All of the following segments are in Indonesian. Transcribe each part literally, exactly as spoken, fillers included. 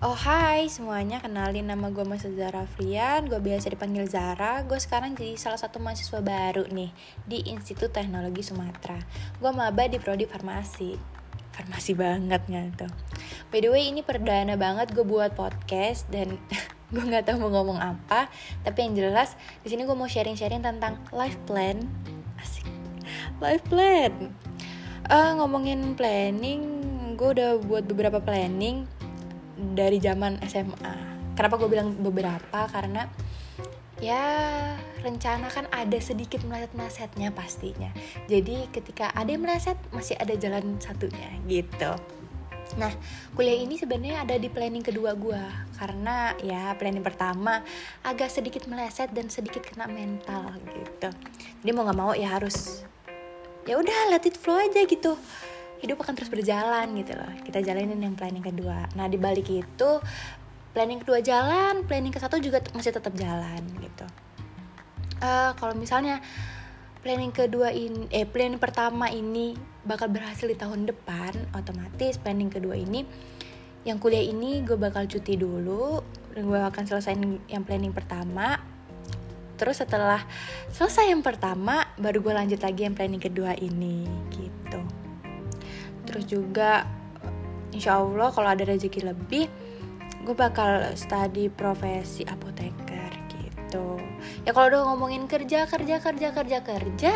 Oh hai semuanya, kenalin nama gue Mas Zara Frian. Gue biasa dipanggil Zara. Gue sekarang jadi salah satu mahasiswa baru nih di Institut Teknologi Sumatera. Gue maba di Prodi Farmasi. Farmasi banget gak tuh. By the way, ini perdana banget gue buat podcast dan gue nggak tahu mau ngomong apa. Tapi yang jelas di sini gue mau sharing-sharing tentang life plan. Asik. Life plan. Uh, ngomongin planning, gue udah buat beberapa planning dari zaman S M A. Kenapa gue bilang beberapa? Karena ya rencana kan ada sedikit meleset-melesetnya pastinya. Jadi ketika ada yang meleset masih ada jalan satunya gitu. Nah, kuliah ini sebenarnya ada di planning kedua gue. Karena ya planning pertama agak sedikit meleset dan sedikit kena mental gitu. Jadi mau nggak mau ya harus ya udah let it flow aja gitu. Hidup akan terus berjalan gitu loh. Kita jalanin yang planning kedua. Nah di balik itu planning kedua jalan, planning ke satu juga t- masih tetap jalan gitu. Uh, kalau misalnya planning kedua ini, eh planning pertama ini bakal berhasil di tahun depan, otomatis planning kedua ini, yang kuliah ini gue bakal cuti dulu dan gue akan selesaiin yang planning pertama. Terus setelah selesai yang pertama, baru gue lanjut lagi yang planning kedua ini gitu. Terus juga insya Allah kalau ada rezeki lebih, gue bakal study profesi apoteker gitu. Ya kalau udah ngomongin kerja, kerja, kerja, kerja, kerja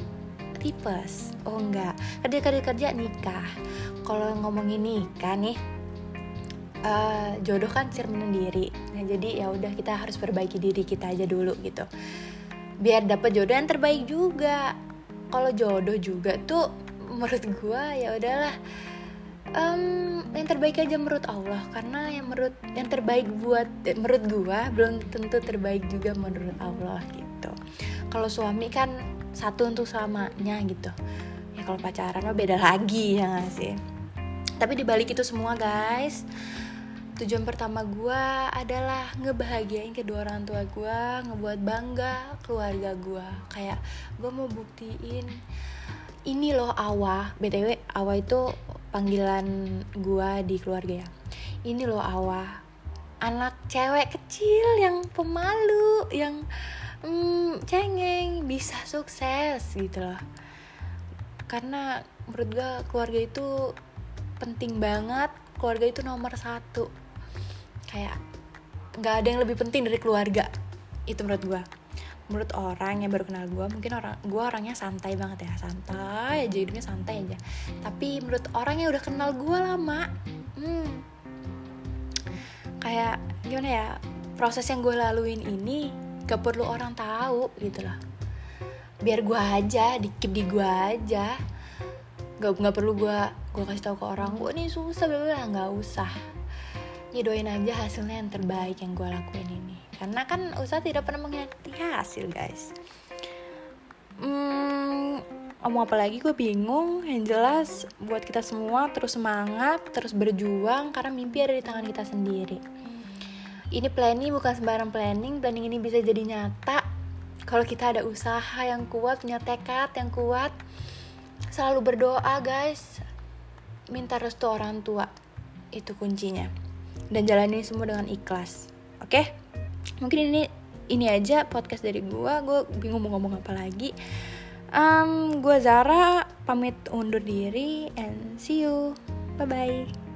tipes. Oh enggak, kerja, kerja, kerja, nikah. Kalau ngomongin nikah nih, uh, jodoh kan cerminan diri. Nah jadi ya udah kita harus perbaiki diri kita aja dulu gitu. Biar dapet jodoh yang terbaik juga. Kalau jodoh juga tuh menurut gue ya udahlah, um, yang terbaik aja menurut Allah, karena yang menurut yang terbaik buat eh, menurut gue belum tentu terbaik juga menurut Allah gitu. Kalau suami kan satu untuk selamanya gitu. Ya kalau pacaran mah beda lagi ya nggak sih. Tapi dibalik itu semua guys, tujuan pertama gue adalah ngebahagiain kedua orang tua gue, ngebuat bangga keluarga gue. Kayak gue mau buktiin ini loh Awa, B T W Awa itu panggilan gua di keluarga ya. Ini loh Awa, anak cewek kecil yang pemalu, yang hmm, cengeng, bisa sukses gitu loh. Karena menurut gua keluarga itu penting banget, keluarga itu nomor satu. Kayak gak ada yang lebih penting dari keluarga, itu menurut gua. Menurut orang yang baru kenal gue, mungkin orang gue orangnya santai banget ya, santai aja hidupnya, santai aja. Tapi menurut orang yang udah kenal gue lama, hmm, kayak gimana ya, proses yang gue laluin ini gak perlu orang tahu gitu loh. Biar gue aja, dikip di gue aja, gak nggak perlu gue gue kasih tahu ke orang gue nih susah, bla nggak usah. Ya doain aja hasilnya yang terbaik yang gue lakuin ini. Karena kan usaha tidak pernah mengkhianati hasil guys. Hmm, ngomong apa lagi gue bingung. Yang jelas buat kita semua terus semangat, terus berjuang, karena mimpi ada di tangan kita sendiri. Ini planning bukan sembarang planning. Planning ini bisa jadi nyata kalau kita ada usaha yang kuat, punya tekad yang kuat. Selalu berdoa guys, minta restu orang tua, itu kuncinya. Dan jalani semua dengan ikhlas. Oke? Okay? Mungkin ini ini aja podcast dari gue. Gue bingung mau ngomong apa lagi. Um, gue Zara pamit undur diri and see you. Bye bye.